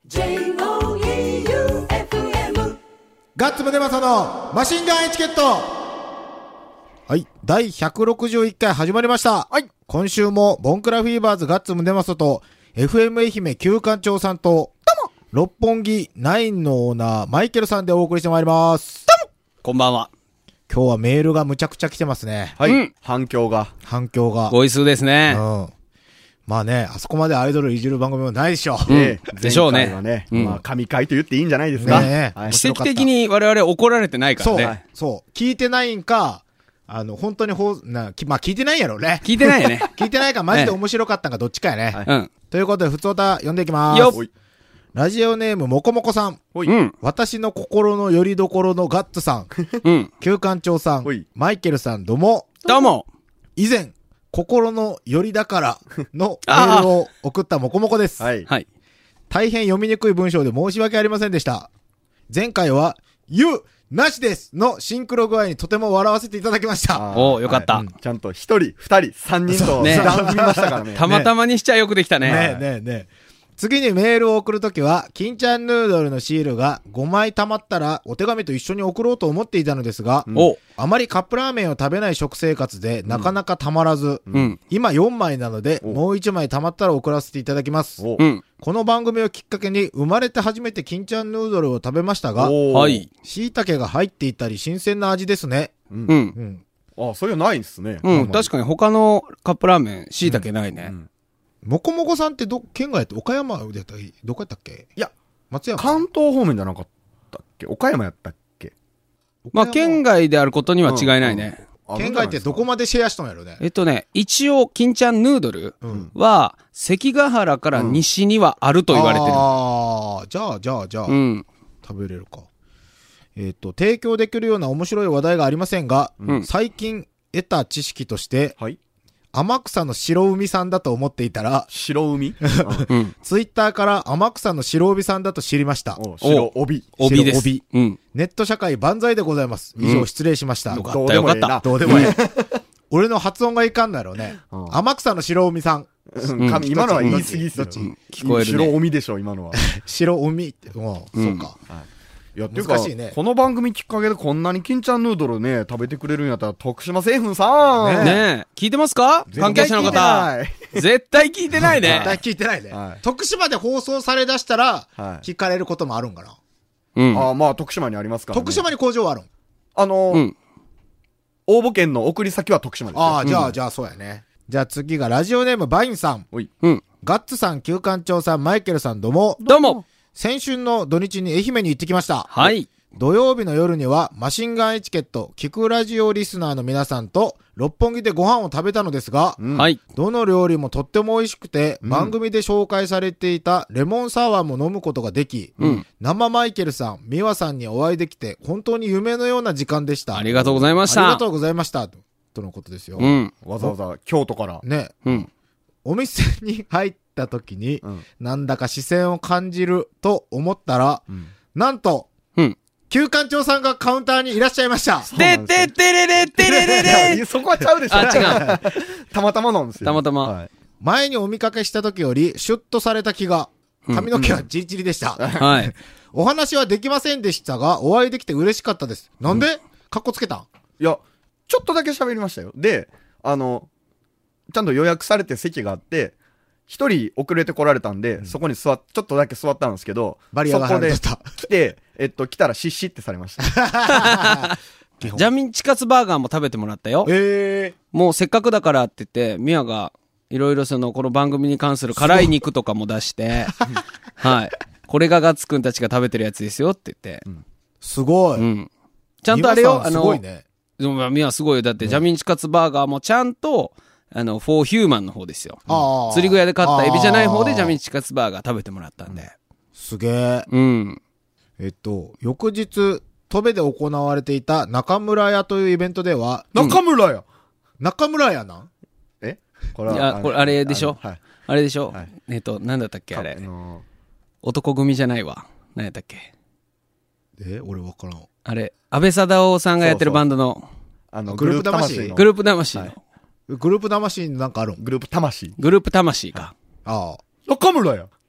J-O-E-U-F-M ガッツムネマソのマシンガンエチケット。はい。第161回始まりました。はい。今週もボンクラフィーバーズガッツムネマソと FM 愛媛旧館長さんと六本木ナインのオーナーマイケルさんでお送りしてまいります。 こんばんは。 今日はメールがむちゃくちゃ来てますね。 はい。 うん反響が。 ごい数ですね。 うん。まあね、あそこまでアイドルいじる番組もないでしょ。 でしょうね前回はね、 うんまあ、神回と言っていいんじゃないですか。 ねはい奇跡的に我々怒られてないからそう、 ね。 そう。聞いてないんか、本当にまあ聞いてないやろうね。 聞いてないよね。 聞いてないかマジで面白かったんかどっちかやね。 はいうん。 ということで、ふつおた読んでいきます。 よっおいラジオネームもこもこさん。 おい。 うん。 私の心の拠り所のガッツさん。 うん。 旧館長さんおい。 マイケルさんどうも。 どうも。 以前、心の拠りだからのメールを送ったもこもこです。 はい。 はい。 大変読みにくい文章で申し訳ありませんでした。前回は、なしですのシンクロ具合にとても笑わせていただきました。 あーおーよかったはいちゃんと一人、二人、三人と、 ね段踏みましたからね。 たまたまにしちゃよくできたねね。 えねえねえ。次にメールを送るときは、金ちゃんヌードルのシールが5枚溜まったらお手紙と一緒に送ろうと思っていたのですが、 お。 あまりカップラーメンを食べない食生活でなかなか溜まらず、 うん。 今4枚なので、 おもう1枚溜まったら送らせていただきます。 おうん。 この番組をきっかけに生まれて初めて金ちゃんヌードルを食べましたが、 おは。い。 椎茸が入っていたり新鮮な味ですね。 う。 うんん。 うん。 あ、それはないんですね。 うん。確かに他のカップラーメン、椎茸ないね。 もこもこさんって県外やって岡山でやったり、どこやったっけ？ いや、 松山。 関東方面じゃなかったっけ？岡山やったっけ？ まあ、県外であることには違いないね。 県外ってどこまでシェアしたんやろね。 一応、金ちゃんヌードルうん。 は、関ヶ原から西にはあると言われてる。 ああ、じゃあ、 うん。 食べれるか。提供できるような面白い話題がありませんが、 うん最近得た知識として、 はい。 天草の白海さんだと思っていたら、 白海うん。 ツイッターから天草の白帯さんだと知りました。 お白帯。 帯です。 白うん。 ネット社会万歳でございます。以上失礼しました。 よかどうったよかったでもええな。 どうでもいい。俺の発音がいかんのやろうね。 うん天草の白海さん。 うん神今のは言い過ぎっすよ。 どっち聞こえるね白海でしょ、今のは。 白海って、そうか。 いや、っていうか、 難しいねこの番組きっかけでこんなに金ちゃんヌードルね、食べてくれるんやったら、徳島製粉さん。 ねねえ、聞いてますか関係者の方。絶対聞いてないね絶。対聞いてないね。 はい徳島で放送されだしたら、 はい。 聞かれることもあるんかな。 うん。 ああ、まあ、徳島にありますからね。 徳島に工場はあるん。 うん。 応募券の送り先は徳島ですよ。 ああ、じゃあそうやね。じゃあ次がラジオネームバインさん。 おい。 うん。 ガッツさん、旧館長さん、マイケルさんどうも。 どうも。 先週の土日に愛媛に行ってきました。 はい。 土曜日の夜にはマシンガンエチケット、聞くラジオリスナーの皆さんと六本木でご飯を食べたのですが、 うんはい。 どの料理もとっても美味しくて、 うん番組で紹介されていたレモンサワーも飲むことができ、 うん。 生マイケルさん、ミワさんにお会いできて、本当に夢のような時間でした。 ありがとうございました。 ありがとうございました。とのことですよ。 うん。 わざわざ京都から。 ね、 うん。 お店に入った時に、 うん。 なんだか視線を感じると思ったら、 うん。 なんと、 うん。 旧館長さんがカウンターにいらっしゃいました。 てってってれれってれれれいやそこはちゃうでしょ。 あ、違う。 たまたまなんですよ。 たまたまはい。 前にお見かけした時より、シュッとされた気が、髪の毛はチリチリでした。 はい。 お話はできませんでしたが、お会いできて嬉しかったです。なんで、かっこつけたん？ いや、ちょっとだけ喋りましたよ。で、ちゃんと予約されて席があって、一人遅れて来られたんで、そこにちょっとだけ座ったんですけど、 バリアが張られてた。 そこで来て、来たらシッシってされました。 ジャミンチカツバーガーも食べてもらったよ。もうせっかくだからって言って、ミヤがいろいろこの番組に関する辛い肉とかも出して、はい。これがガッツくんたちが食べてるやつですよって言って。 すごい。 うん。ちゃんとあれよ、 皆さんすごいね。 でもミヤすごいよ。だって、ジャミンチカツバーガーもちゃんと、フォーヒューマンの方ですよ。 ああ。 釣り具屋で買ったエビじゃない方でジャミンチカツバーガー食べてもらったんで。 すげえ。 うん。 翌日、戸部で行われていた中村屋というイベントでは、 中村や。 中村屋なん？ これいやこれあれでしょはい。 あれでしょはいなんだったっけあれ。 ー男組じゃないわ。何やったっけ俺わからん。 あれ、安倍貞夫さんがやってるバンドの、 グループ魂のグループ魂の、 はいグループ魂になんかあるん？ グループ魂。 グループ魂か。 ああ。 中村や。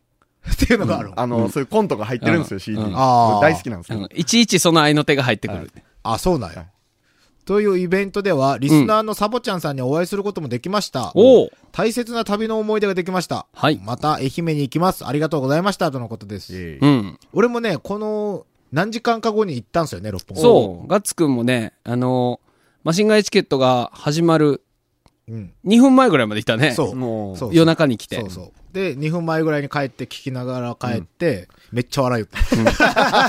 っていうのがある。 そういうコントが入ってるんですよ、CD。 あー大好きなんですよ。 いちいちその合いの手が入ってくる。 あ、そうなんや。というイベントでは、リスナーのサボちゃんさんにお会いすることもできました。 おー大切な旅の思い出ができました。 はい。 また愛媛に行きます。ありがとうございました。とのことです。 うん。 俺もね、この何時間か後に行ったんですよね、六本木。 そう。ガッツくんもね、マシンガンエチケットが始まるうん。 2分前ぐらいまで来たね。 そう。 もう、 そう夜中に来て。 そうそう。で、2分前ぐらいに帰って聞きながら帰って、めっちゃ笑い言った。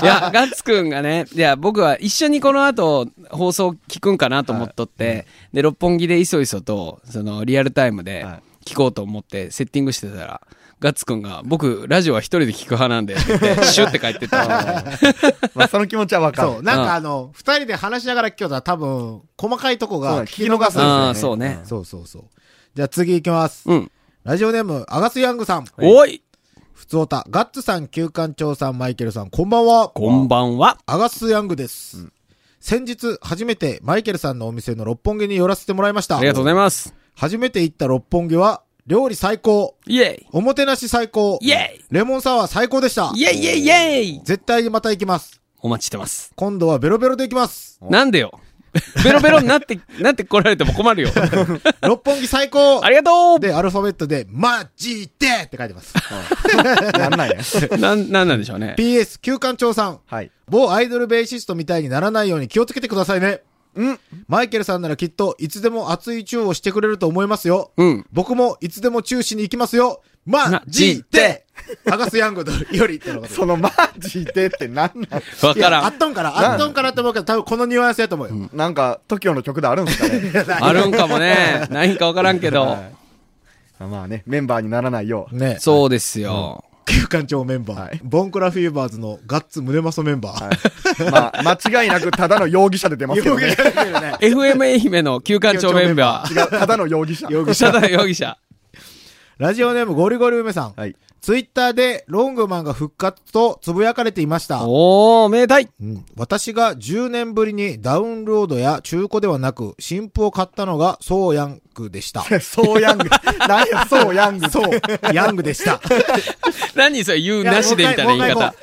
いや、ガッツくんがね、いや、僕は一緒にこの後放送聞くんかなと思っとって、で、六本木でいそいそと、リアルタイムで聞こうと思ってセッティングしてたら、ガッツくんが、僕、ラジオは一人で聞く派なんで、って言って、シュって帰ってった。 まあその気持ちはわかる。 そう。なんか二人で話しながら聞きよったら多分、細かいとこが聞き逃すんですよね。 ああ、そうね。 そうそうそう。じゃあ次行きます。 うん。 ラジオネーム、アガスヤングさん。 おいふつおた、ガッツさん、旧館長さん、マイケルさん、こんばんは。 こんばんは。 アガスヤングです。先日、初めてマイケルさんのお店の六本木に寄らせてもらいました。 ありがとうございます。 初めて行った六本木は、料理最高。 イェイおもてなし最高。 イェイレモンサワー最高でした。 イェイイェイイェイ絶対にまた行きます。 お待ちしてます。 今度はベロベロで行きます。 なんでよ。ベロベロになって来られても困るよ。 六本木最高。 ありがとうで、アルファベットで、マジでって書いてます。 なんなんや。 なんでしょうね。 PS、旧館長さん。 はい。 某アイドルベーシストみたいにならないように気をつけてくださいね。マイケルさんならきっといつでも熱いチューをしてくれると思いますよ。僕もいつでもチューしに行きますよ。マジでアガスヤングよりってのがそのマジでってなんなんわからん。 あっとんからって思うけど多分このニュアンスやと思うよ。 なんか、TOKIO の曲であるんですかね。 あるんかもね。何かわからんけど。 まあね、メンバーにならないよう。 ね。 そうですよ。 旧館長メンバー。ボンクラフィーバーズのガッツムネマソメンバー。 まあ、間違いなくただの容疑者で出ますけどね。 FM 愛媛の旧館長メンバー。 違う、ただの容疑者。 ただの容疑者。 ラジオネームゴリゴリ梅さん。 はい。 ツイッターでロングマンが復活とつぶやかれていました。 おー、めでたい。 私が10年ぶりにダウンロードや中古ではなく新譜を買ったのがソーヤングでした。 ソーヤング。何や、ソーヤング。 そう、ヤングでした。 何それ言うなしでみたいな言い方。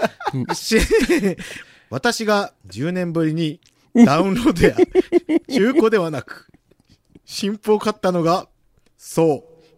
私が10年ぶりにダウンロードや中古ではなく新譜を買ったのがそう、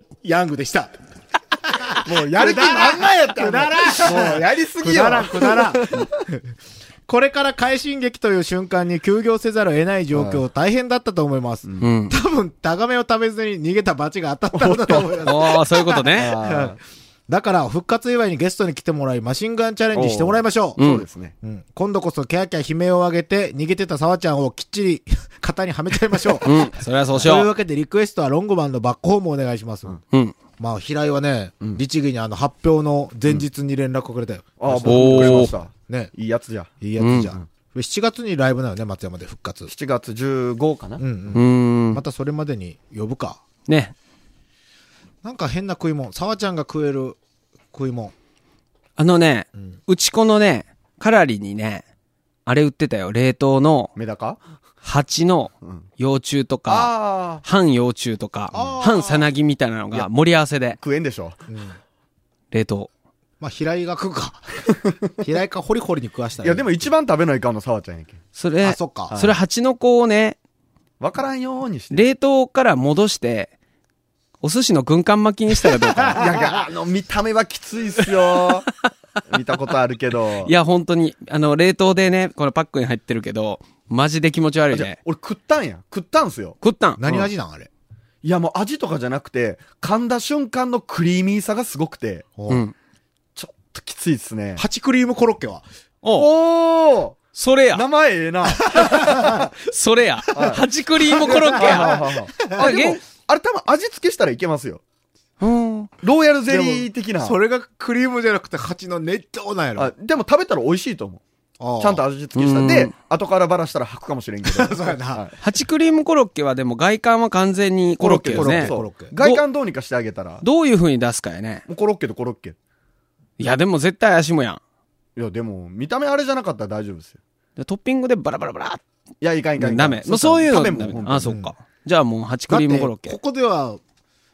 ヤングでした。 もうやる気満々やったよ。 くだらん。 もうやりすぎよ。 くだらん。これから快進撃という瞬間に休業せざるを得ない状況、大変だったと思います。多分、タガメを食べずに逃げたバチが当たったのだと思います。 おー、そういうことね。 だから、復活祝いにゲストに来てもらい、マシンガンチャレンジしてもらいましょう。 そうですね。 今度こそキャーキャー悲鳴を上げて、逃げてた沢ちゃんをきっちり型にはめちゃいましょう。 それはそうしよう。 というわけで、リクエストはロングマンのバックホームお願いします。まあ、平井はね、律儀に発表の前日に連絡くれたよ。 ああ、僕もくれました。 ね。 いいやつじゃ。 いいやつじゃん。7月にライブなのね、松山で復活。 7月15かな。 またそれまでに呼ぶか。 ね。 なんか変な食い物。沢ちゃんが食える食い物。 うちこのね、カラリにね、あれ売ってたよ。冷凍の。 メダカ蜂の幼虫とか、半幼虫とか、半さなぎみたいなのが盛り合わせで。 食えんでしょ。 冷凍。 まあ、平井が食うか。平井かホリホリに食わしたら。 いや、でも一番食べないかんの沢ちゃんやけん。 それ、 そっか。 それ蜂の子をね、 わからんようにして。 冷凍から戻して、お寿司の軍艦巻きにしたらどうかな。 いや、見た目はきついっすよ。見たことあるけど。 いや、本当に、冷凍でね、このパックに入ってるけど、マジで気持ち悪いね。 俺食ったんや。食ったんすよ。 食ったん。 何味なんあれ。 いや、もう味とかじゃなくて、噛んだ瞬間のクリーミーさがすごくて。ちょっときついっすね。 ハチクリームコロッケは。 おーそれや。 名前ええな。 それや。ハチクリームコロッケや。 あれ多分味付けしたらいけますよ。ローヤルゼリー的な。 それがクリームじゃなくてハチの熱湯なんやろ。 でも食べたら美味しいと思う。ちゃんと味付けした。で、後からばらしたら吐くかもしれんけど。 そうやな。 ハチクリームコロッケはでも外観は完全にコロッケよね。 外観どうにかしてあげたら。 どういう風に出すかやね。 もうコロッケとコロッケ。 いや、でも絶対足もやん。 いや、でも、見た目あれじゃなかったら大丈夫ですよ。 トッピングでバラバラバラ。 いや、いかん。 ダメ。もうそういうのダメ。あ、そっか。じゃあもうハチクリームコロッケ。 ここでは、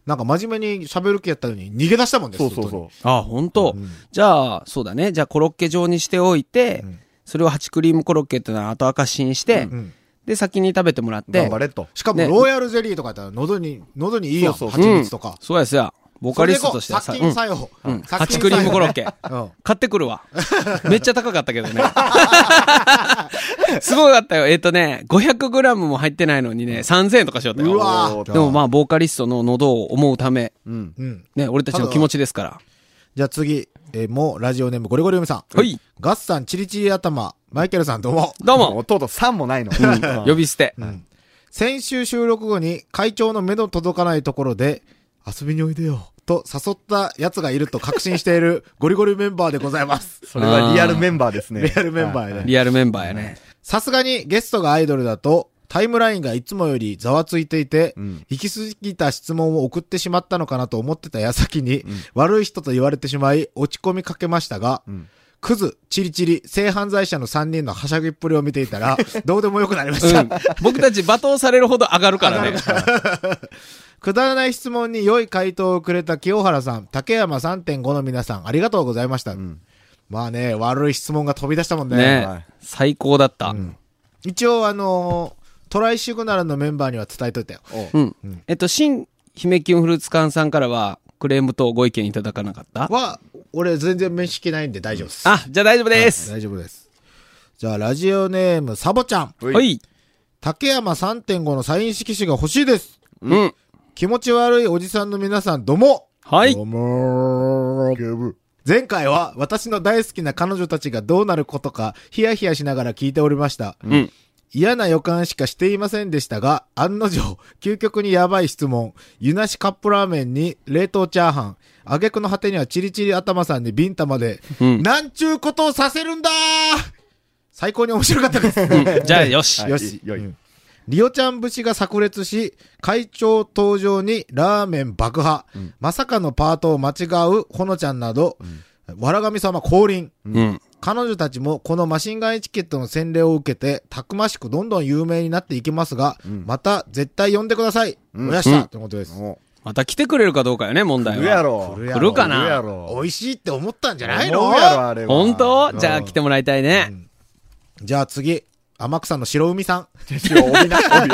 なんか真面目に喋る気やったのに逃げ出したもんね。 そうそうそう。 あ、本当、じゃあ、そうだね。じゃあコロッケ状にしておいて、それを8クリームコロッケってのは後明かしにして、で、先に食べてもらって。 頑張れと。 しかも、ロイヤルゼリーとかやったら喉にいいやん。蜂蜜とか。 そうやすや。ボーカリストとしては殺菌作用。 8クリームコロッケ。買ってくるわ。めっちゃ高かったけどね。すごかったよ。500g も入ってないのにね、3000円とかしよったよ。 うわでもまあ、ボーカリストの喉を思うため、ね、俺たちの気持ちですから。 じゃあ次、もうラジオネームゴリゴリ梅さん。 はい。 ガッサンチリチリ頭、マイケルさんどうも。 どうも。 弟3もないの。 呼び捨て。 先週収録後に会長の目の届かないところで、遊びにおいでよ。と誘った奴がいると確信しているゴリゴリメンバーでございます。 それはリアルメンバーですね。 リアルメンバーやね。 リアルメンバーやね。 さすがにゲストがアイドルだと、タイムラインがいつもよりざわついていて、行き過ぎた質問を送ってしまったのかなと思ってた矢先に、悪い人と言われてしまい、落ち込みかけましたが、クズ、チリチリ、性犯罪者の3人のはしゃぎっぷりを見ていたら、どうでもよくなりました。 僕たち罵倒されるほど上がるからね。 くだらない質問に良い回答をくれた清原さん、竹山 3.5 の皆さん、ありがとうございました。まあね、悪い質問が飛び出したもんね。 ね、最高だった。 一応トライシグナルのメンバーには伝えといたよ。 新姫キュンフルーツ館さんからは、クレームとご意見いただかなかった俺全然面識ないんで大丈夫です。 あ、じゃあ大丈夫です。 大丈夫です。じゃあラジオネームサボちゃん。 はい。 竹山 3.5 のサイン色紙が欲しいです。気持ち悪いおじさんの皆さんどうも。 はい。 どうも。前回は私の大好きな彼女たちがどうなることかヒヤヒヤしながら聞いておりました。嫌な予感しかしていませんでしたが、案の定、究極にやばい質問、湯なしカップラーメンに冷凍チャーハン、挙句の果てにはチリチリ頭さんにビンタまで、なんちゅうことをさせるんだー。最高に面白かったです。 じゃあよし。 よし。リオちゃん節が炸裂し、会長登場にラーメン爆破、まさかのパートを間違うほのちゃんなど、わらがみ様降臨。彼女たちもこのマシンガンエチケットの洗礼を受けて、たくましくどんどん有名になっていきますが、また絶対呼んでください。おやした、ということです。 また来てくれるかどうかよね、問題は。 来るやろ。 来るかな。 美味しいって思ったんじゃないの？ 本当？じゃあ来てもらいたいね。 じゃあ次、天草の白海さん。 帯。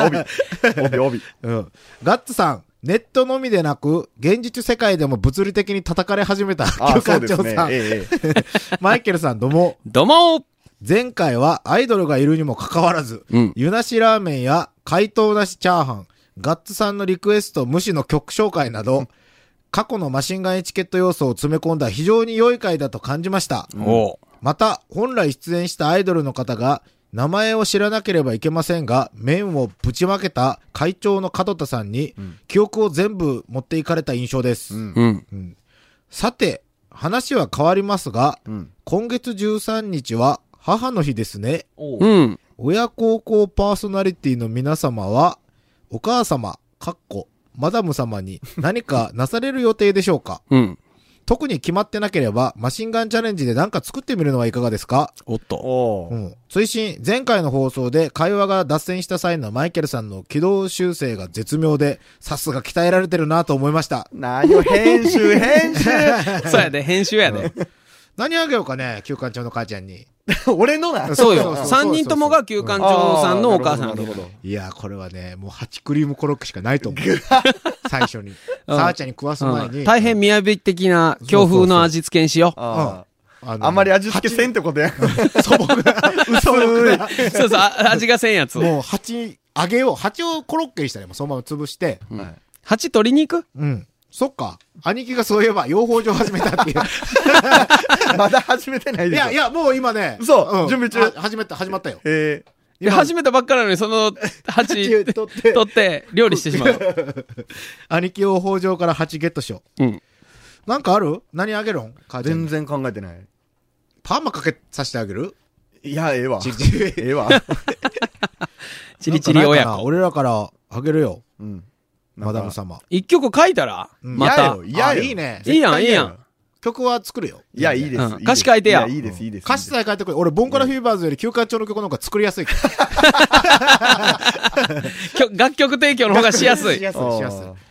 ガッツさん。ネットのみでなく、現実世界でも物理的に叩かれ始めた旧館長さん。マイケルさんどうも。 どうも。 前回はアイドルがいるにもかかわらず、湯なしラーメンや解凍なしチャーハン、ガッツさんのリクエスト無視の曲紹介など、過去のマシンガンエチケット要素を詰め込んだ非常に良い回だと感じました。また、本来出演したアイドルの方が、名前を知らなければいけませんが、麺をぶちまけた会長の門田さんに、記憶を全部持っていかれた印象です。さて、話は変わりますが、今月13日は母の日ですね。親孝行パーソナリティの皆様は、お母様、マダム様に何かなされる予定でしょうか？特に決まってなければ、マシンガンチャレンジで何か作ってみるのはいかがですか？ おっと。 追伸、前回の放送で会話が脱線した際のマイケルさんの軌道修正が絶妙で、さすが鍛えられてるなと思いました。 何を編集そうやで、編集やで。 何あげようかね、旧館長の母ちゃんに。 俺のな。 そうよ。3人ともが旧館長さんのお母さん。 いや、これはね、もう8クリームコロッケしかないと思う。最初に。さあちゃんに食わす前に。 大変雅的な強風の味付けにしよう。 あんまり味付けせんってことや。 素朴な。 そうそう、味がせんやつ。 もう揚げよう。蜂をコロッケにしたらもうそのまま潰して。 蜂取りに行く？ そっか。兄貴がそういえば養蜂場始めたっていう。 まだ始めてないでしょ。 いや、もう今ね。 そう、準備中。 始まったよ。 始めたばっかなのに、その蜂取って料理してしまう。 兄貴養蜂場から蜂ゲットしよう。なんかある？何あげるん？ 全然考えてない。 パーマかけさせてあげる？ いや、ええわ。ええわ。 チリチリ親子。 俺らからあげるよ。マダム様。 一曲書いたらまた。 いや、いいね。 いいやん。 曲は作るよ。 いや、いいです。 歌詞書いてや。 いいです。 歌詞さえ書いてくれ。俺、ボンカラフィーバーズより旧館長の曲の方が作りやすい。 楽曲提供の方がしやすい。 しやすい。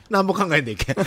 何も考えんでいけん。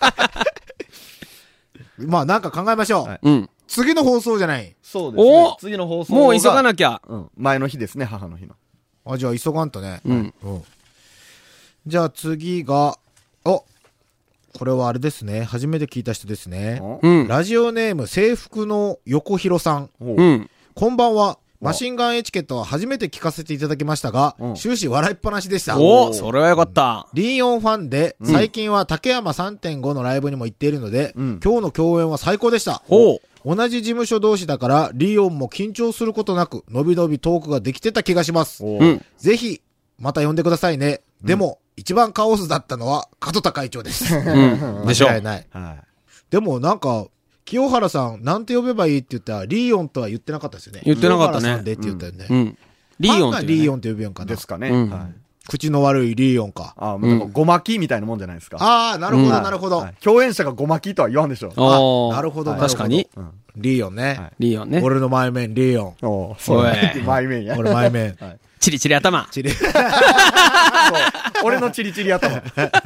まあなんか考えましょう。 はいうん。 次の放送じゃない。 そうですねお。 次の放送が。 もう急がなきゃ。 うん。前の日ですね、母の日の。 あ、じゃあ急がんとね。 うん。 じゃあ次が、これはあれですね。初めて聞いた人ですね。 うん。 ラジオネーム制服の横広さん。 おうん。 こんばんは。マシンガンエチケットは初めて聞かせていただきましたが、 うん終始笑いっぱなしでした。 お、それはよかった。 リーオンファンで、 うん最近は竹山 3.5 のライブにも行っているので、 うん今日の共演は最高でした。 ほう。 同じ事務所同士だから、リーオンも緊張することなく、のびのびトークができてた気がします。 おうん。 ぜひ、また呼んでくださいね。でも、一番カオスだったのは、門田会長です。 うん。でしょ。 間違いない。 はでもなんか、清原さん、なんて呼べばいいって言ったら、リーオンとは言ってなかったですよね。 言ってなかったね清原さんでって言ったよね。 うん。リーオンファンっていうね。 がリーオンって呼ぶやんかい。 な。 ですかね。 うんはい。 口の悪いリーオンか。 ああ、もうでもごまきみたいなもんじゃないですか。 ああ、なるほど、 うんなるほど。 はい共演者がごまきとは言わんでしょ。 おーなるほど、 はいなるほど。 確かに。 うん。 リーオンね。 はいリーオンね。 俺の前面、リーオン。 おおい前面や。 俺前面。 チリチリ頭。 チリ。 そう俺のチリチリ頭。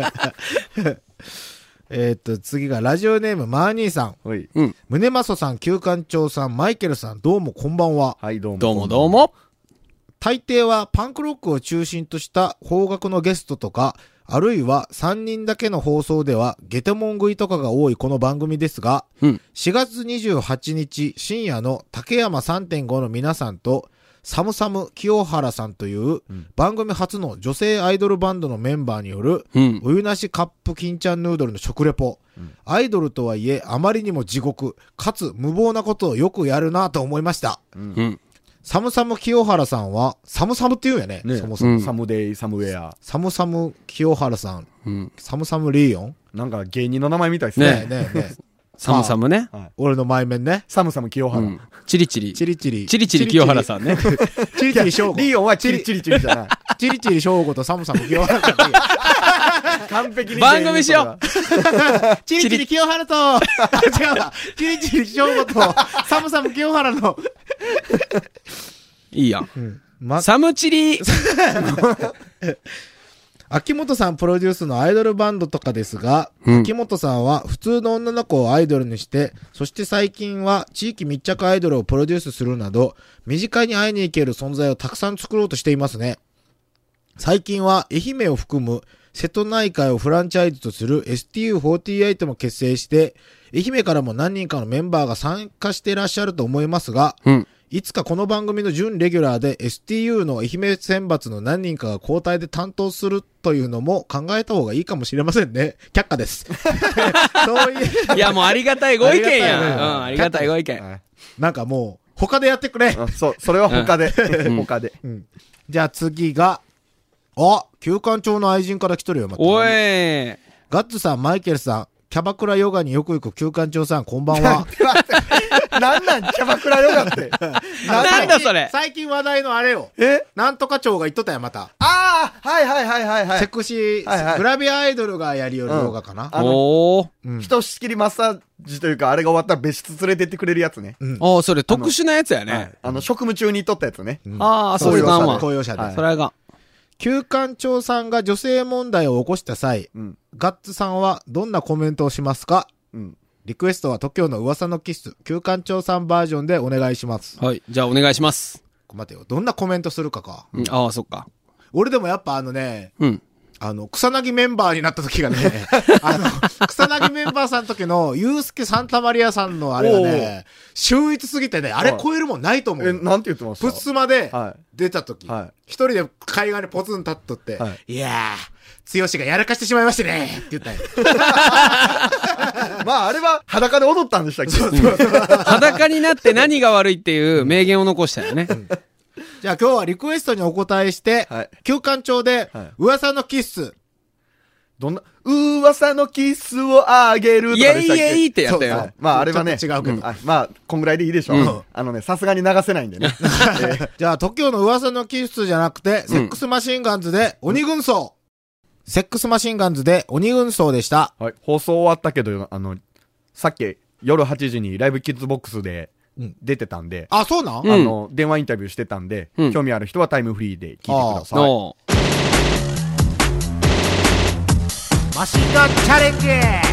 次がラジオネームマーニーさん。 おい。 うん。 宗正さん、旧館長さん、マイケルさん、どうもこんばんは。 はい、どうも。 どうもどう。も。 大抵はパンクロックを中心とした邦楽のゲストとか、あるいは3人だけの放送ではゲテモン食いとかが多いこの番組ですが、 うん。 4月28日深夜の竹山 3.5 の皆さんと、サムサム清原さんという番組初の女性アイドルバンドのメンバーによる、 うん。 お湯なしカップ金ちゃんヌードルの食レポ。アイドルとはいえあまりにも地獄、かつ無謀なことをよくやるなと思いました。 うん。 サムサム清原さんは、サムサムって言うんやね。 ねそもそも。 うんサムデイ、サムウェア。 サムサム清原さん、 うん。 サムサムリーオンなんか芸人の名前みたいですねね。 ねえねえ。 サムサムね。 俺の前面ね。 サムサム清原。 うん。チリチリ。 チリチリ。 チリチリ清原さんね。 チリチリショウゴ。 リーオンはチリチリチリじゃない。 チリチリショウゴとサムサム清原さん。 完璧に。 番組しよチリチリ清原と、違うわ。チリチリショウゴと、サムサム清原の、 いいやん。 ま、 サムチリ。 秋元さんプロデュースのアイドルバンドとかですが、 うん秋元さんは普通の女の子をアイドルにして、そして最近は地域密着アイドルをプロデュースするなど、身近に会いに行ける存在をたくさん作ろうとしていますね。最近は愛媛を含む瀬戸内海をフランチャイズとする STU48 も結成して、愛媛からも何人かのメンバーが参加していらっしゃると思いますが、 うん。 いつかこの番組の準レギュラーで STU の愛媛選抜の何人かが交代で担当するというのも考えた方がいいかもしれませんね。却下です。そういう、 いや、もうありがたいご意見やん。 ありがたいねうん、ありがたいご意見。 はいなんかもう、他でやってくれ。 そう、それは他で。他で。 じゃあ次が、旧館長の愛人から来とるよ、また。 おい。 ガッツさん、マイケルさん、キャバクラヨガによく行く旧館長さん、こんばんは。 なんなんキャバクラヨガって。 なんだそれ。 最近話題のあれよ。 えなんとか長が言っとったよ、また。 ああはいはいはいはいはい。 セクシー、 はいはいグラビアアイドルがやりよるヨガかな。 おー。 ひとしきりマッサージというか、あれが終わったら別室連れてってくれるやつね。 おー、それ特殊なやつやはいね。 職務中に撮ったやつね。 ああ、そういう感は。 公用車で。 はいそれが。 旧館長さんが女性問題を起こした際、 うん。 ガッツさんはどんなコメントをしますか？ うん。 リクエストは TOKIO の噂のキス、旧館長さんバージョンでお願いします。 はい。じゃあお願いします。 待てよ。どんなコメントするかか。 うんああ、そっか。 俺でもやっぱうん。 草薙メンバーになった時がね、草薙メンバーさんの時の、ゆうすけサンタマリアさんのあれがね、秀逸すぎてね、あれ超えるもんないと思うよ。 なんて言ってましたプッスマでは出た時、 はい一人で海岸にポツン立っとって、、 はいやー、剛がやらかしてしまいましてねって言ったんよ。 まあ、あれは裸で踊ったんでしたっけ裸になって何が悪いっていう名言を残したよね。 じゃあ今日はリクエストにお答えして、 はい旧館長ではい、 噂のキッス。 どんな、噂のキスをあげるとイェイイかでしたっけェイってやったそうよ。 まあ、あれはね。 ちょっと違うけどまあ、こんぐらいでいいでしょうんう。さすがに流せないんでね。 じゃあ TOKIO の噂のキッスじゃなくて、セックスマシンガンズで鬼軍曹。セックスマシンガンズで鬼軍曹でした。 はい。放送終わったけど、さっき夜8時にライブキッズボックスで出てたんで、 あ、そうなん、 うん電話インタビューしてたんで、 うん興味ある人はタイムフリーで聞いてください。 のマシンガンチャレンジ。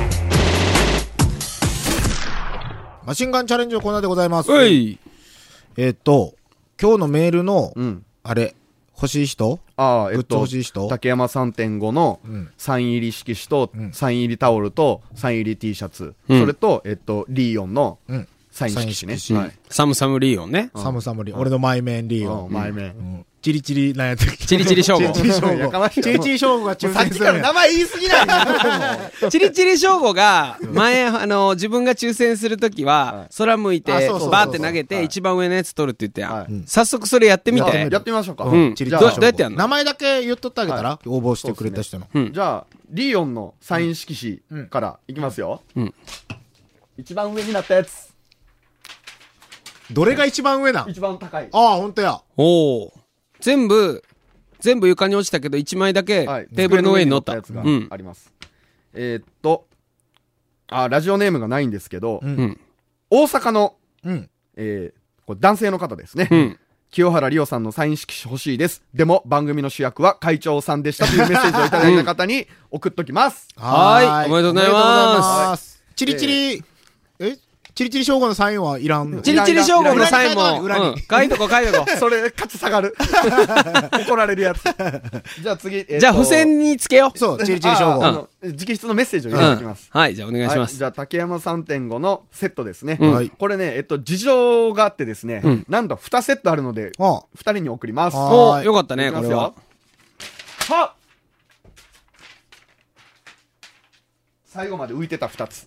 マシンガンチャレンジのコーナーでございます。 うい。 今日のメールの、あれ、欲しい人、グッズ欲しい人、 竹山 3.5 のサイン入り色紙と、サイン入りタオルと、サイン入り T シャツ、それと、リーヨンのサイン色紙ね。はい、 サムサムリーヨンね。 サムサムリーヨン。俺のマイメンリーヨン。 マイメン。 チリチリなんやったっけ。 チリチリショーゴ。 チリチリショーゴ。チリチリショーゴが抽選する。さっきから名前言いすぎないのチリチリショーゴが、前、自分が抽選するときは、空向いて、バーって投げて、一番上のやつ取るって言ってやん。早速それやってみて。 やってみましょうか。 チリチリどうやってやんの？ 名前だけ言っとってあげたら応募してくれた人の。 じゃあ、リーヨンのサイン色紙からいきますよ。一番上になったやつ。 どれが一番上なん？ 一番高い。 ああ、ほんとや。 おお。全部床に落ちたけど、1枚だけテーブルの上に乗った。 やつがあります。ラジオネームがないんですけど、大阪の、これ男性の方ですね。清原里夫さんのサイン色紙欲しいです。でも番組の主役は会長さんでしたというメッセージをいただいた方に送っときます。 はい。おめでとうございます。 チリチリ、チリチリショーゴのサインはいらんの？ チリチリショーゴのサインも、書いとこ。 それ、価値下がる。怒られるやつ。じゃあ次、 じゃあ付箋につけよう。 そう、チリチリショーゴ。 直筆のメッセージをいただきます。 はい、じゃあお願いします。 じゃあ竹山 3.5 のセットですね。これね、事情があってですね、なんと2セットあるので、2人に送ります。 おー、よかったね、これは。 はっ最後まで浮いてた2つ。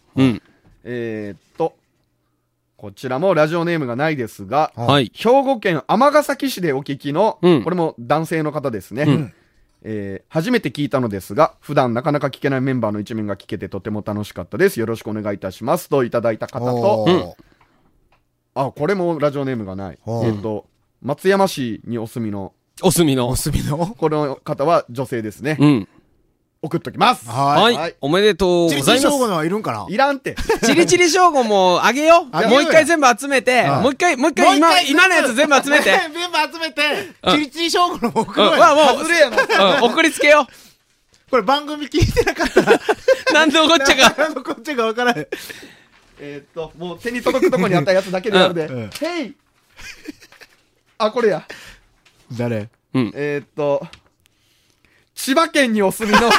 こちらもラジオネームがないですが、兵庫県尼崎市でお聞きの、これも男性の方ですね。初めて聞いたのですが、普段なかなか聞けないメンバーの一面が聞けてとても楽しかったです。よろしくお願いいたします。といただいた方と、これもラジオネームがない。松山市にお住みの、この方は女性ですね。送っときます。 はい。おめでとうございます。 チリチリショーゴのはいるんかな？ いらんって。 チリチリショーゴもあげよう。もう一回全部集めて、もう一回今のやつ全部集めて。 全部集めて、チリチリショーゴのも送ろうよ。 もう、外れやな。送りつけよう。 これ番組聞いてなかったら。 なんで怒っちゃか。 なんで怒っちゃかわからない。 もう手に届くとこにあったやつだけでやるで。へい！これや。 誰？ 千葉県にお住みの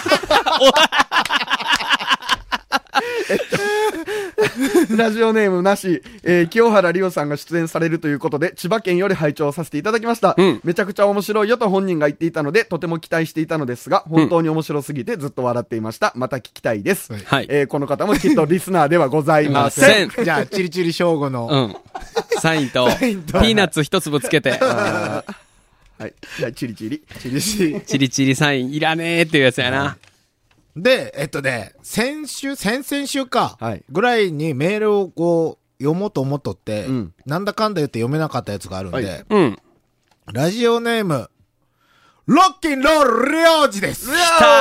ラジオネームなし、清原里夫さんが出演されるということで千葉県より拝聴させていただきました、めちゃくちゃ面白いよと本人が言っていたのでとても期待していたのですが本当に面白すぎてずっと笑っていました。また聞きたいです、この方もきっとリスナーではございません。 じゃあチリチリショーゴの、 サインとピーナッツ一粒つけてはい。じゃあ、チリチリ。 チリチリサインいらねえっていうやつやな。 で、先々週か、ぐらいにメールをこう、読もうと思っとって、なんだかんだ言って読めなかったやつがあるんで、ラジオネーム、ロッキンロールリョージです。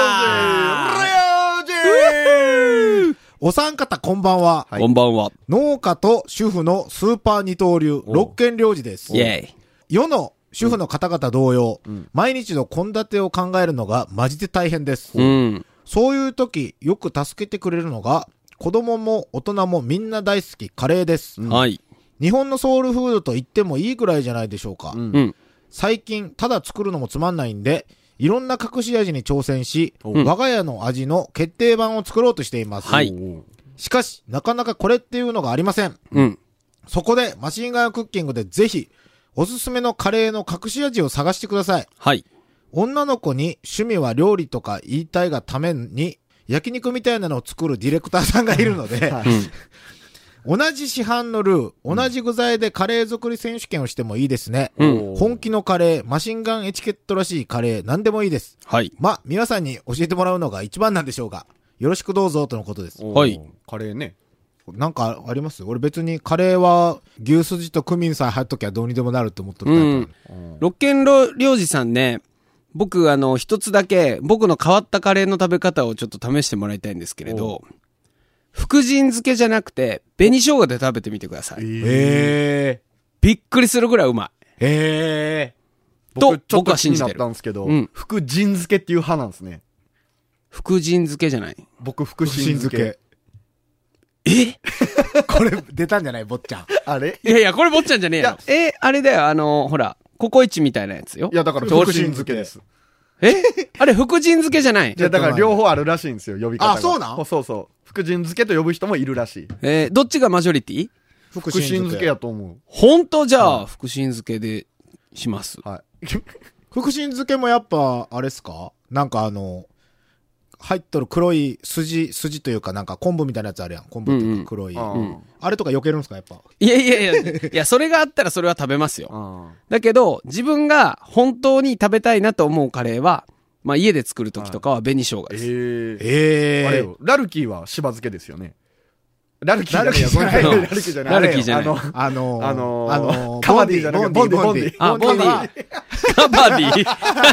お三方こんばんは。 こんばんは。 農家と主婦のスーパー二刀流、ロッケン領事です。 イェイ。 世の主婦の方々同様、毎日の献立を考えるのがマジで大変です。そういう時、よく助けてくれるのが、子供も大人もみんな大好きカレーです。日本のソウルフードと言ってもいいくらいじゃないでしょうか。最近、ただ作るのもつまんないんで、いろんな隠し味に挑戦し、我が家の味の決定版を作ろうとしています。しかし、なかなかこれっていうのがありません。そこで、マシンガンクッキングでぜひ、おすすめのカレーの隠し味を探してください。女の子に趣味は料理とか言いたいがために、焼肉みたいなのを作るディレクターさんがいるので、同じ市販のルー、同じ具材でカレー作り選手権をしてもいいですね。本気のカレー、マシンガンエチケットらしいカレー、何でもいいです。皆さんに教えてもらうのが一番なんでしょうが、よろしくどうぞとのことです。 カレーね。 なんかあります？俺別にカレーは牛すじとクミンさえ入っときゃどうにでもなるって思ってるタイプ。 ロッケンロ領事さんね、僕一つだけ僕の変わったカレーの食べ方をちょっと試してもらいたいんですけれど、福神漬けじゃなくて紅生姜で食べてみてください。びっくりするぐらいうまい。 僕は信じてる。僕は気になったんですけど、福神漬けっていう派なんですね。 福神漬けじゃない？ 僕、福神漬け。 これ出たんじゃない坊ちゃん。 あれいやいや、これ坊ちゃんじゃねえよ。あれだよ、ほら、ココイチみたいなやつよ。 いや、だから福神漬けです。 あれ、福神漬けじゃない？ いや、だから両方あるらしいんですよ、呼び方が。 あ、そうなん？ そうそう。福神漬けと呼ぶ人もいるらしい。どっちがマジョリティ？ 福神漬けやと思う。 本当？じゃあ、福神漬けでします。 はい。 福神漬けもやっぱ、あれっすか？なんか入っとる黒い筋というかなんか昆布みたいなやつあるやん。昆布っていうか黒い。あれとか避けるんすかやっぱ。 いや、それがあったらそれは食べますよ。だけど、自分が本当に食べたいなと思うカレーは、まあ家で作るときとかは紅生姜です。 あれよ、ラルキーはしば漬けですよね。ラルキーじゃない。ラルキーじゃない。 ラルキーじゃない。 カバディじゃない。ボンディ。 あ、ボンディ。カバディ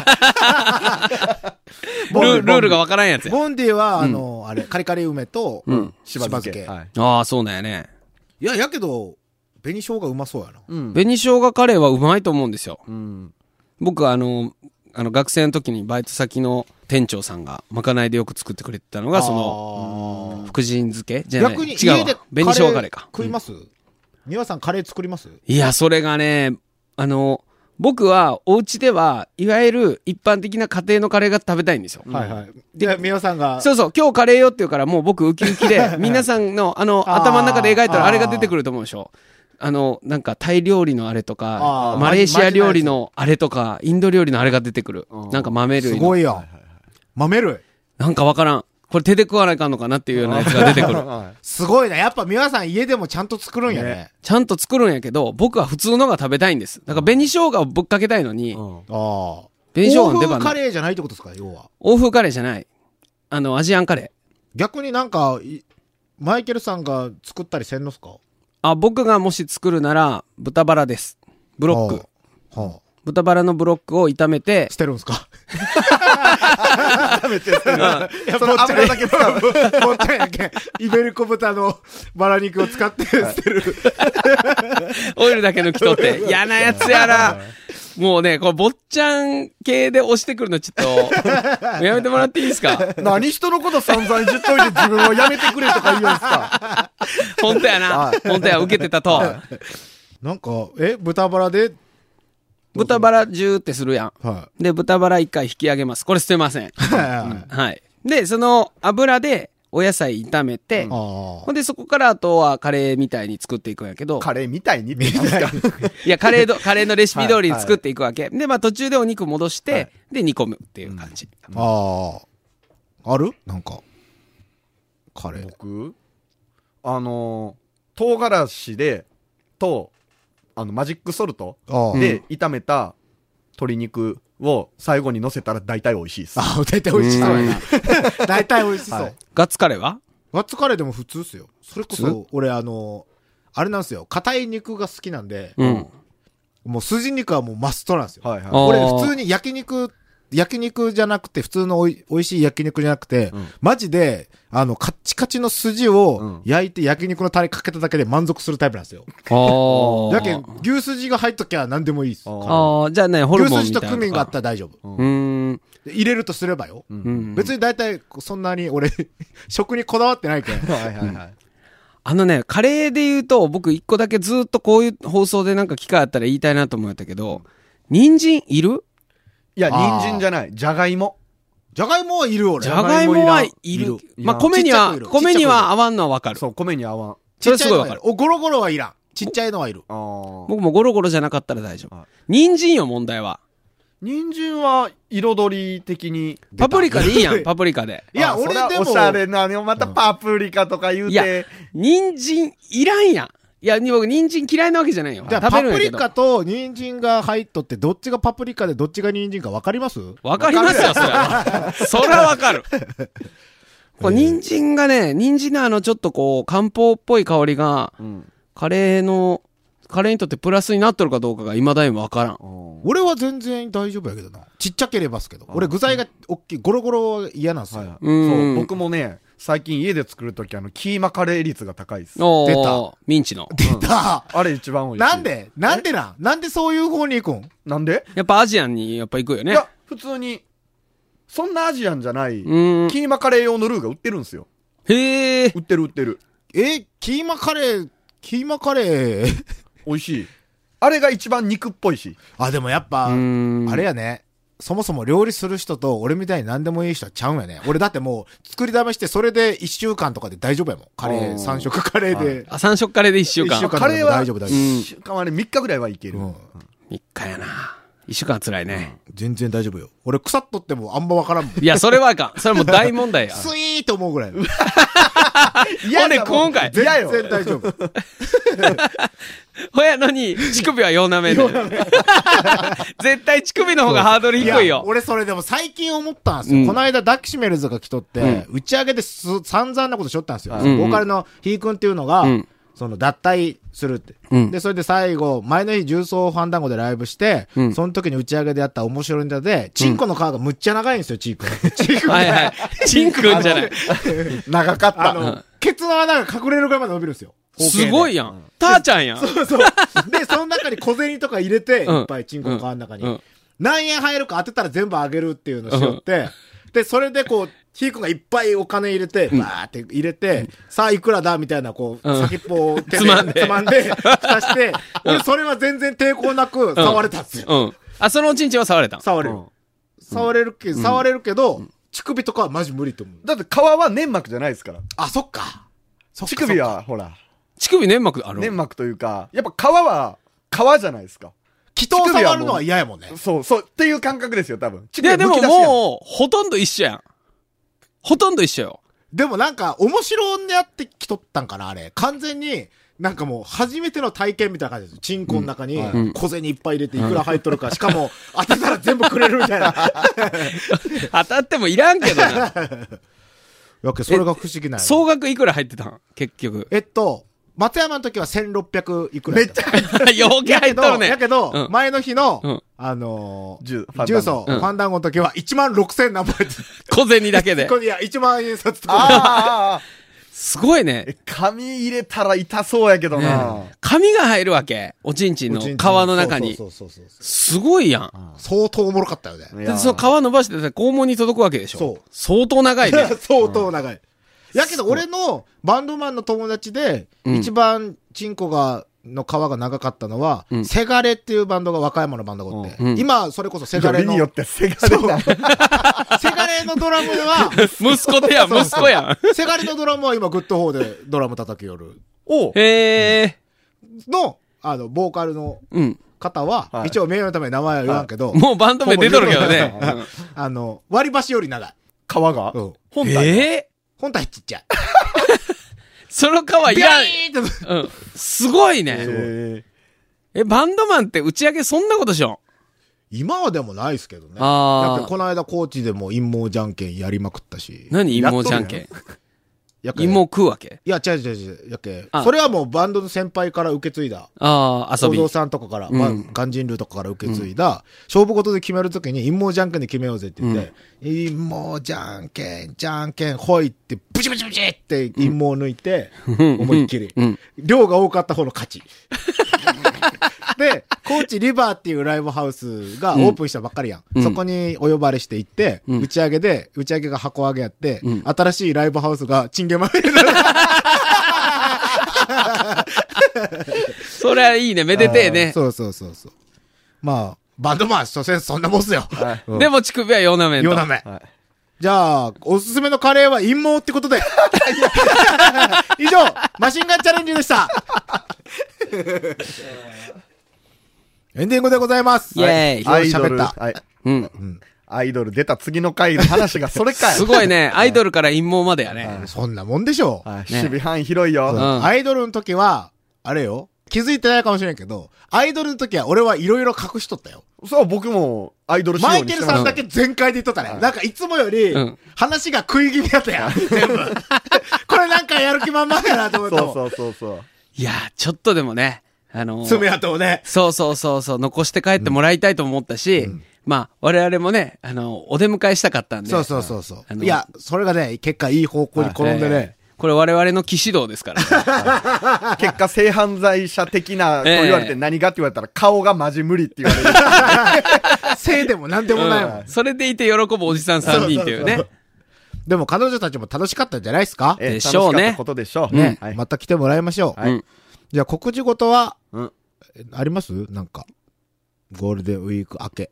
ルールがわからんやつや。 ボンディは、あれ、カリカリ梅と、しば漬け。 ああ、そうなんやね。 いや、やけど、紅生姜うまそうやな。 紅生姜カレーはうまいと思うんですよ。僕学生の時にバイト先の店長さんがまかないでよく作ってくれてたのが、福神漬けじゃない。 逆に家で紅生姜カレーか。 食います？庭さんカレー作ります？ いや、それがね、僕はお家では、いわゆる一般的な家庭のカレーが食べたいんですよ。 はいはい。で、宮さんが。 そうそう、今日カレーよって言うからもう僕ウキウキで、皆さんの頭の中で描いたらあれが出てくると思うでしょ。なんかタイ料理のあれとか、マレーシア料理のあれとか、インド料理のあれが出てくる。なんか豆類の。 すごいよ。豆類。 なんかわからん。これ手で食わないかんのかなっていうようなやつが出てくる。 すごいな。やっぱ皆さん家でもちゃんと作るんやね。 ちゃんと作るんやけど、僕は普通のが食べたいんです。だから紅生姜をぶっかけたいのに、 紅生姜の出番。 欧風カレーじゃないってことですか、要は。 欧風カレーじゃない。アジアンカレー。 逆になんか、マイケルさんが作ったりせんのっすか？ 僕がもし作るなら、豚バラです。ブロック。豚バラのブロックを炒めて。 捨てるんすか？ 炒めて捨てる。その油だけ使う。 もったいなけん。イベリコ豚のバラ肉を使って捨てる。 オイルだけ抜き取って。嫌なやつやな。もうね、これ、坊ちゃん系で押してくるのちょっと、やめてもらっていいですか？ 何人のこと散々いじっといて自分をやめてくれとか言うんですか？ 本当やな。本当や、受けてたと。 なんか、豚バラで豚バラジューってするやん。で、豚バラ一回引き上げます。これ捨てません。はい。で、その油でお野菜炒めて、ほんでそこからあとはカレーみたいに作っていくんやけど。 カレーみたいにって言うんですか？ いや、カレーのレシピ通りに作っていくわけ。で、まあ途中でお肉戻して、で、煮込むっていう感じ。 ある？なんか、カレー。 僕唐辛子と、マジックソルトで炒めた鶏肉を最後に乗せたら大体美味しいです。 大体美味しそうやな。大体美味しそう。 ガッツカレーは？ ガッツカレーでも普通っすよ。それこそ、俺あれなんですよ。硬い肉が好きなんで、もう筋肉はもうマストなんですよ。俺普通に焼肉じゃなくて、普通の美味しい焼肉じゃなくて、マジで、カッチカチの筋を焼いて焼肉のタレかけただけで満足するタイプなんですよ。だけど、牛筋が入っときゃ何でもいいです。 じゃあね、ホルモンみたいな。 牛筋とクミンがあったら大丈夫。入れるとすればよ。別に大体、そんなに俺、食にこだわってないけど。 カレーで言うと、僕一個だけずっとこういう放送でなんか機会あったら言いたいなと思ったけど、人参いる？ いや、人参じゃない。じゃがいも。 じゃがいもはいる俺。 じゃがいもはいる。まあ、米には合わんのはわかる。 そう、米に合わん。 それすごいわかる。 ゴロゴロはいらん。ちっちゃいのはいる。 僕もゴロゴロじゃなかったら大丈夫。人参よ、問題は。 人参は彩り的に。 パプリカでいいやん、パプリカで。 いや、俺でも。 おしゃれなのまたパプリカとか言うて。いや、 人参いらんやん。いや、僕、人参嫌いなわけじゃないよ。 パプリカと人参が入っとって、どっちがパプリカでどっちが人参か分かります？ 分かりますよ、それは。それは分かる。これ人参がね、人参のちょっとこう、漢方っぽい香りが、カレーにとってプラスになっとるかどうかが未だに分からん。 俺は全然大丈夫やけどな。ちっちゃければすけど。俺具材が大きい、ゴロゴロは嫌なんですよ。 そう、僕もね、最近家で作るときキーマカレー率が高いです。 出た。ミンチの。 出た。 あれ一番多い。 なんでなんでそういう方に行くん？ なんで？ やっぱアジアンにやっぱ行くよね。 いや、普通に、 そんなアジアンじゃない、キーマカレー用のルーが売ってるんですよ。 へえ。 売ってる。 キーマカレー美味しい。あれが一番肉っぽいし。 あ、でもやっぱ、あれやね。そもそも料理する人と俺みたいに何でもいい人はちゃうんやね。俺だってもう作りだめしてそれで1週間とかで大丈夫やもん。カレー、3食カレーで。 あ、3食カレーで1週間。 カレーは大丈夫。 1週間はね、3日ぐらいはいける。 3日やな。1週間は辛いね。 全然大丈夫よ。俺腐っとってもあんまわからんもん。 いや、それはあかん。それもう大問題や。 スイーと思うぐらい。 俺今回。 全然大丈夫。 ほやのに、乳首はようなめんね。絶対乳首の方がハードル低いよ。 俺それでも最近思ったんですよ。この間ダッキシメルズが来とって、打ち上げで散々なことしとったんですよ。ボーカルのヒー君っていうのが、その脱退するって。で、それで最後、前の日重曹ファンダンゴでライブして、その時に打ち上げでやった面白いネタで、チンコの皮がむっちゃ長いんですよ、チー君。チー君。 はいはい。チン君じゃない。 長かった。 ケツの穴が隠れるぐらいまで伸びるんですよ。 すごいやん。ターちゃんやん。 そうそう。で、その中に小銭とか入れて、いっぱいチンコの皮の中に。何円入るか当てたら全部あげるっていうのをしよって、で、それでこう、ヒー君がいっぱいお金入れて、バーって入れて、さあいくらだみたいな、こう、先っぽを手でつまんで、蓋して、それは全然抵抗なく触れたんですよ。 あ、そのおちんちんは触れたん？ 触れる。触れるけど、乳首とかはマジ無理と思う。 だって皮は粘膜じゃないですから。 あ、そっか。 乳首は、ほら。 乳首粘膜ある？ 粘膜というか、やっぱ皮は、皮じゃないですか。 気筒触るのは嫌やもんね。 そう、っていう感覚ですよ、多分。 いや、でももう、ほとんど一緒やん。ほとんど一緒よ。 でもなんか、面白にやってきとったんかな、あれ。完全に、なんかもう、初めての体験みたいな感じです。チンコの中に、小銭いっぱい入れていくら入っとるか、しかも、当てたら全部くれるみたいな。 当たってもいらんけどな。 やけそれが不思議なんや。 総額いくら入ってたん？結局。 松山の時は1600いくら。めっちゃ入ってる。陽気入っとるね。 やけど、前の日の、重曹、ファンダンゴの時は16000何本入ってる。 小銭だけで。 いや、1万円札とか。 すごいね。 紙入れたら痛そうやけどな。 紙が入るわけ。おちんちんの皮の中に。すごいやん。 相当おもろかったよね。 で、その皮伸ばして肛門に届くわけでしょ。そう。相当長いね。 相当長い。やけど俺のバンドマンの友達で、一番チンコの皮が長かったのは、セガレっていうバンドが和歌山のバンドがおって、今それこそセガレの。 によってセガレな。 セガレのドラムは、 息子でや、息子やん。セガレのドラムは今グッド4でドラム叩きよる。 への、ボーカルの方は、一応名誉のために名前は言わんけど。 もうバンド名出とるけどね。 割り箸より長い。 皮が本体。本体ちっちゃい。 その皮いらん。すごいね。バンドマンって打ち上げそんなことしよん？今はでもないですけどね。だってこの間高知でも陰謀じゃんけんやりまくったし。 何陰謀じゃんけん？陰謀食うわけ？ いや、違う。やけ。それはもうバンドの先輩から受け継いだ。 遊び。 小僧さんとかから、ガンジンルーとかから受け継いだ、勝負事で決めるときに陰謀じゃんけんで決めようぜって言って、陰謀じゃんけん、ほいって、ブチブチブチって陰謀を抜いて、思いっきり。量が多かった方の勝ち。で、高知リバーっていうライブハウスがオープンしたばっかりやん。そこにお呼ばれして行って、打ち上げが箱上げやって、新しいライブハウスがチンゲマメそれはいいね、めでてえね。 そう。まあ、バンドマン、所詮そんなもんすよ。 でも乳首はヨナメンと。 ヨナメン。じゃあ、おすすめのカレーは陰謀ってことで。以上、マシンガンチャレンジでした。エンディングでございます。 イェーイ。 アイドル。アイドル出た次の回の話がそれかい。 すごいね。アイドルから陰謀までやね。 そんなもんでしょう。 守備範囲広いよ。 アイドルの時は、あれよ。気づいてないかもしれんけど、アイドルの時は俺はいろいろ隠しとったよ。 そう、僕もアイドル仕様にしてマイケルさんだけ全開で言っとったね。なんかいつもより、話が食い気味だったやん。全部。これなんかやる気満々やなと思ったもん。 そう。 いや、ちょっとでもね、 爪痕をね。 そう、残して帰ってもらいたいと思ったし、まあ、我々もね、お出迎えしたかったんで。 そう。いや、それがね、結果いい方向に転んでね。 これ我々の騎士道ですからね。 結果性犯罪者的なと言われて何がって言われたら顔がマジ無理って言われる。 性でも何でもないもん。 それでいて喜ぶおじさん3人っていうね。 でも彼女たちも楽しかったんじゃないですか？ でしょうね。 楽しかったことでしょう。 ね。また来てもらいましょう。 はい。 じゃあ告知事は、あります？なんか、ゴールデンウィーク明け。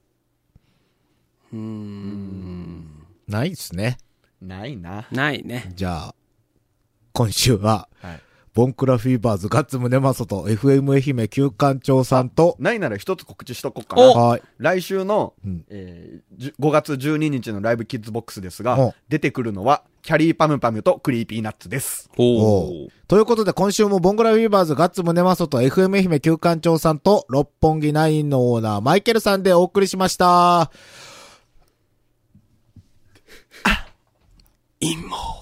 ないっすね。 ないな。 ないね。 じゃあ、今週は、ボンクラフィーバーズガッツムネマソと FM 愛媛旧館長さんと、 ないなら一つ告知しとこうかな。 はい。 来週の、5月12日のライブキッズボックスですが、出てくるのは、キャリーパムパムとクリーピーナッツです。 ということで今週もボンクラフィーバーズガッツムネマソと FM 愛媛旧館長さんと六本木ナインのオーナーマイケルさんでお送りしました。陰謀。